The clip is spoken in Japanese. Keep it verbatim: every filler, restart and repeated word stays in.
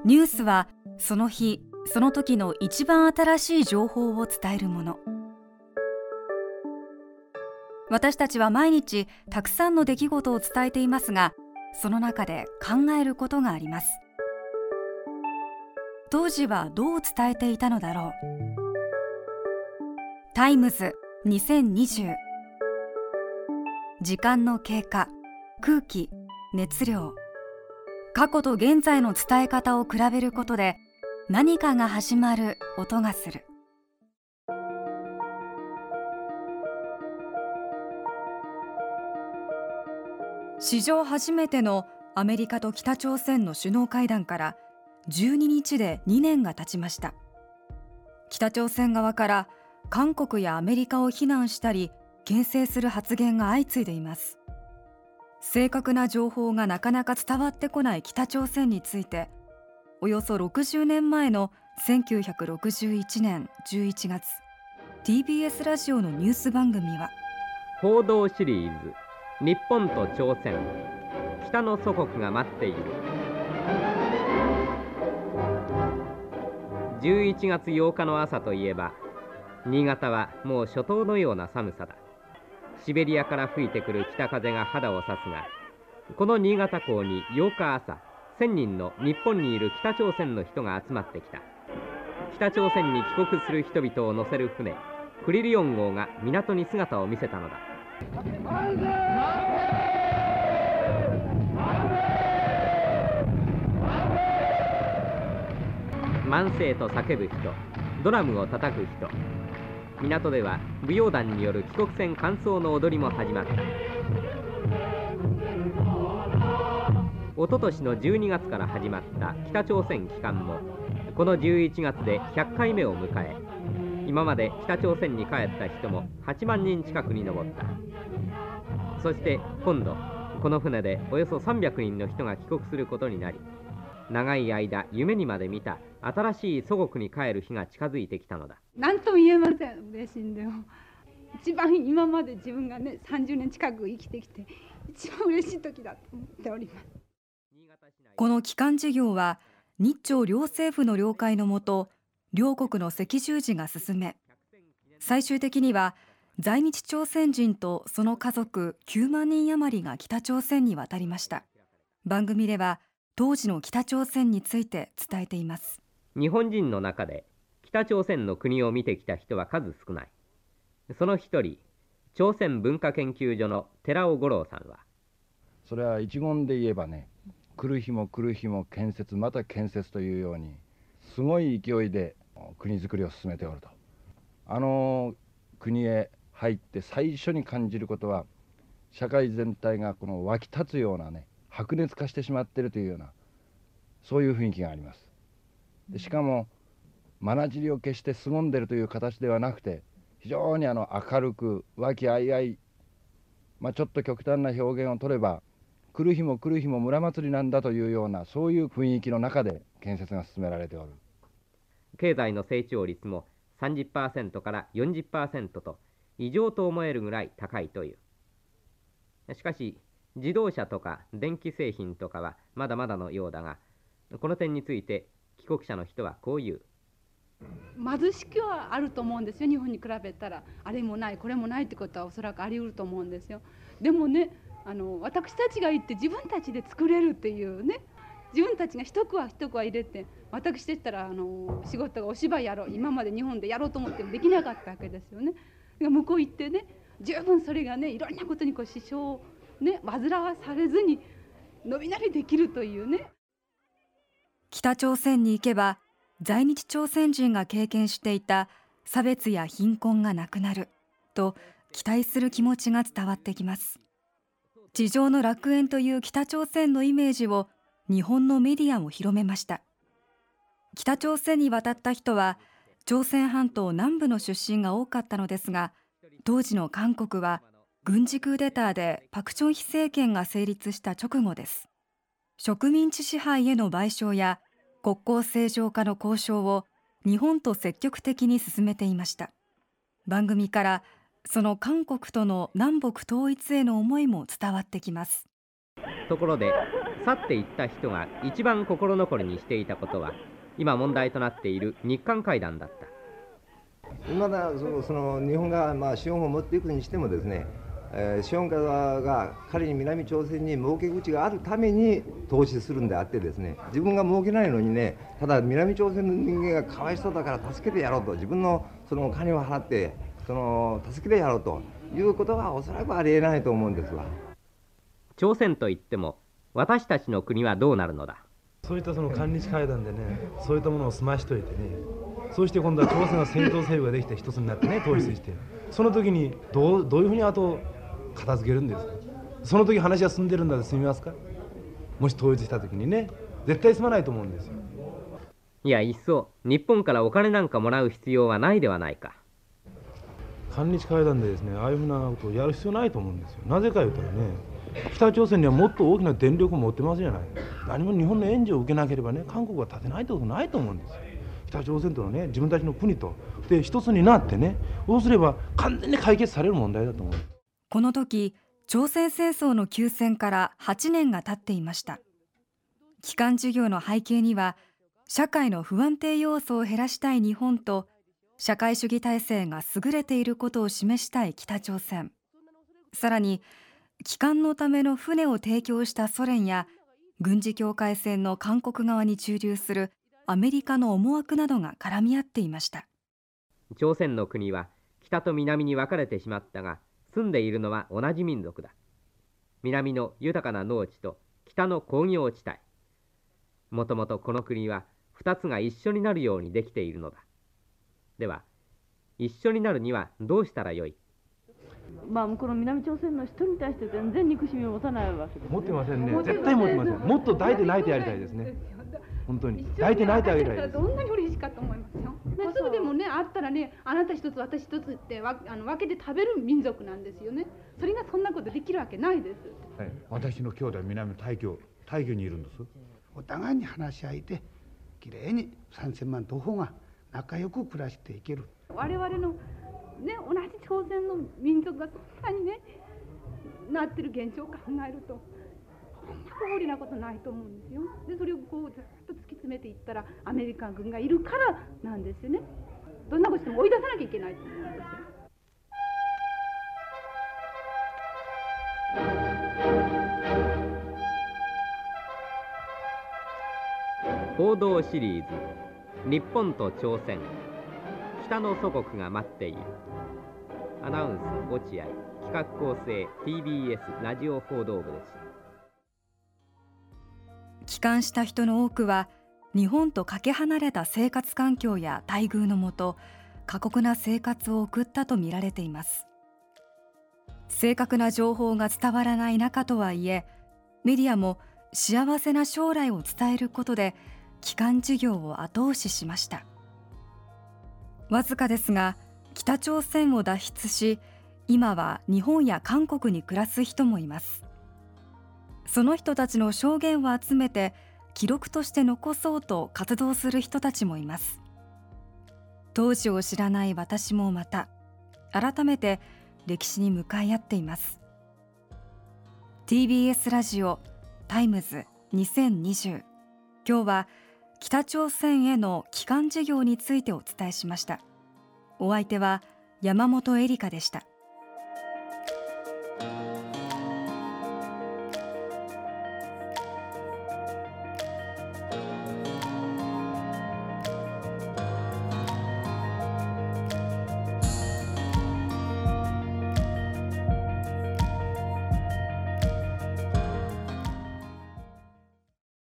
ニュースはその日その時の一番新しい情報を伝えるもの。私たちは毎日たくさんの出来事を伝えていますが、その中で考えることがあります。当時はどう伝えていたのだろう。タイムズにせんにじゅう。時間の経過、空気、熱量。過去と現在の伝え方を比べることで何かが始まる音がする。史上初めてのアメリカと北朝鮮の首脳会談からじゅうににちでにねんが経ちました。北朝鮮側から韓国やアメリカを非難したり牽制する発言が相次いでいます。正確な情報がなかなか伝わってこない北朝鮮について、およそろくじゅうねんまえのせんきゅうひゃくろくじゅういちねんじゅういちがつ、 ティービーエス ラジオのニュース番組は報道シリーズ、日本と朝鮮、北の祖国が待っている。じゅういちがつようかの朝といえば、新潟はもう初冬のような寒さだ。シベリアから吹いてくる北風が肌を刺すが、この新潟港にようか朝、せんにんの日本にいる北朝鮮の人が集まってきた。北朝鮮に帰国する人々を乗せる船、クリリオン号が港に姿を見せたのだ。万世と叫ぶ人、ドラムを叩く人。港では舞踊団による帰国船歓送の踊りも始まった。おととしのじゅうにがつから始まった北朝鮮帰還もこのじゅういちがつでひゃっかいめを迎え、今まで北朝鮮に帰った人もはちまんにん近くに上った。そして今度この船でおよそさんびゃくにんの人が帰国することになり、長い間夢にまで見た新しい祖国に帰る日が近づいてきたのだ。 何とも言えません。嬉しいんでも一番今まで自分がねさんじゅうねん近く生きてきて一番嬉しい時だと思っております。 この帰還事業は日朝両政府の了解のもと両国の赤十字が進め、最終的には在日朝鮮人とその家族きゅうまんにん余りが北朝鮮に渡りました。番組では当時の北朝鮮について伝えています。 日本人の中で北朝鮮の国を見てきた人は数少ない。その一人、朝鮮文化研究所の寺尾五郎さんは、 それは一言で言えばね、来る日も来る日も建設また建設というようにすごい勢いで国づくりを進めておると。あの国へ入って最初に感じることは、社会全体がこの湧き立つようなね、白熱化してしまっているというような、そういう雰囲気があります。でしかもまなじりを決して凄んでいるという形ではなくて、非常にあの明るく和気あいあい、まあ、ちょっと極端な表現を取れば来る日も来る日も村祭りなんだというような、そういう雰囲気の中で建設が進められておる。 経済の成長率も さんじゅっパーセント から よんじゅっパーセント と異常と思えるぐらい高いという。しかし自動車とか電気製品とかはまだまだのようだが、この点について帰国者の人はこう言う。 貧しくはあると思うんですよ。日本に比べたらあれもないこれもないってことはおそらくあり得ると思うんですよ。でもね、あの私たちが行って自分たちで作れるっていうね、自分たちが一区は一区は入れて、私でしたらあの仕事がお芝居やろう、今まで日本でやろうと思ってもできなかったわけですよね。向こう行ってね、十分それがね、いろんなことにこう支障をね煩わされずに伸び伸びできるというね。 北朝鮮に行けば在日朝鮮人が経験していた差別や貧困がなくなると期待する気持ちが伝わってきます。地上の楽園という北朝鮮のイメージを日本のメディアも広めました。北朝鮮に渡った人は朝鮮半島南部の出身が多かったのですが、当時の韓国は軍事クーデターでパク・チョンヒ政権が成立した直後です。植民地支配への賠償や国交正常化の交渉を日本と積極的に進めていました。番組からその韓国との南北統一への思いも伝わってきます。 ところで去っていった人が一番心残りにしていたことは、今問題となっている日韓会談だった。 まだその、その日本がまあ資本を持っていくにしてもですね、えー、資本家が仮に南朝鮮に儲け口があるために投資するんであってですね、自分が儲けないのにね、ただ南朝鮮の人間がかわいそうだから助けてやろうと、自分のその金を払ってその助けてやろうということはおそらくありえないと思うんですわ。 朝鮮といっても私たちの国はどうなるのだ。 そういったその韓日会談でね、そういったものを済ましといてね、そうして今度は朝鮮の戦闘勢力ができて一つになってね、統一して、その時にどう、どういうふうにあと片付けるんですか。その時話が進んでるんだと済みますか。もし統一した時にね、絶対済まないと思うんですよ。 いや、いっそ日本からお金なんかもらう必要はないではないか。 韓日会談でですね、ああいうふうなことをやる必要ないと思うんですよ。なぜか言ったらね、北朝鮮にはもっと大きな電力を持ってますじゃない。何も日本の援助を受けなければね、韓国は立てないということないと思うんですよ。北朝鮮とのね、自分たちの国とで一つになってね、そうすれば完全に解決される問題だと思う。 この時、朝鮮戦争の休戦からはちねんが経っていました。帰還事業の背景には、社会の不安定要素を減らしたい日本と、社会主義体制が優れていることを示したい北朝鮮、さらに帰還のための船を提供したソ連や軍事境界線の韓国側に駐留するアメリカの思惑などが絡み合っていました。 朝鮮の国は北と南に分かれてしまったが、住んでいるのは同じ民族だ。南の豊かな農地と北の工業地帯。もともとこの国は二つが一緒になるようにできているのだ。では一緒になるにはどうしたらよい。 まあ、この南朝鮮の人に対して全然憎しみを持たないわけです。 持ってませんね。絶対持ってません。もっと抱いて泣いてやりたいですね。本当に抱いて泣いてあげたいです。 どんなに嬉しいかと思いますよ。すぐでもね、あったらね、あなた一つ私一つってわあの分けて食べる民族なんですよね。それがそんなことできるわけないです。 はい、私の兄弟は南大魚大魚にいるんです。お互いに話し合いできれいにさんぜんまん徒歩が仲良く暮らしていける。 我々のね、同じ朝鮮の民族がそんなにねなってる現状を考えると、こんな不合理なことないと思うんですよ。でそれをこうずっと突き詰めていったらアメリカ軍がいるからなんですよね。どんなことしても追い出さなきゃいけないと思うんですよ。 報道シリーズ日本と朝鮮、北の祖国が待っている。アナウンス落合、企画構成 ティービーエス ラジオ報道部です。 帰還した人の多くは日本とかけ離れた生活環境や待遇のもと、過酷な生活を送ったと見られています。正確な情報が伝わらない中とはいえ、メディアも幸せな将来を伝えることで帰還事業を後押ししました。わずかですが北朝鮮を脱出し、今は日本や韓国に暮らす人もいます。その人たちの証言を集めて記録として残そうと活動する人たちもいます。当時を知らない私もまた改めて歴史に向かい合っています。 ティービーエス ラジオタイムズにせんにじゅう、今日は北朝鮮への帰還事業についてお伝えしました。お相手は山本恵里香でした。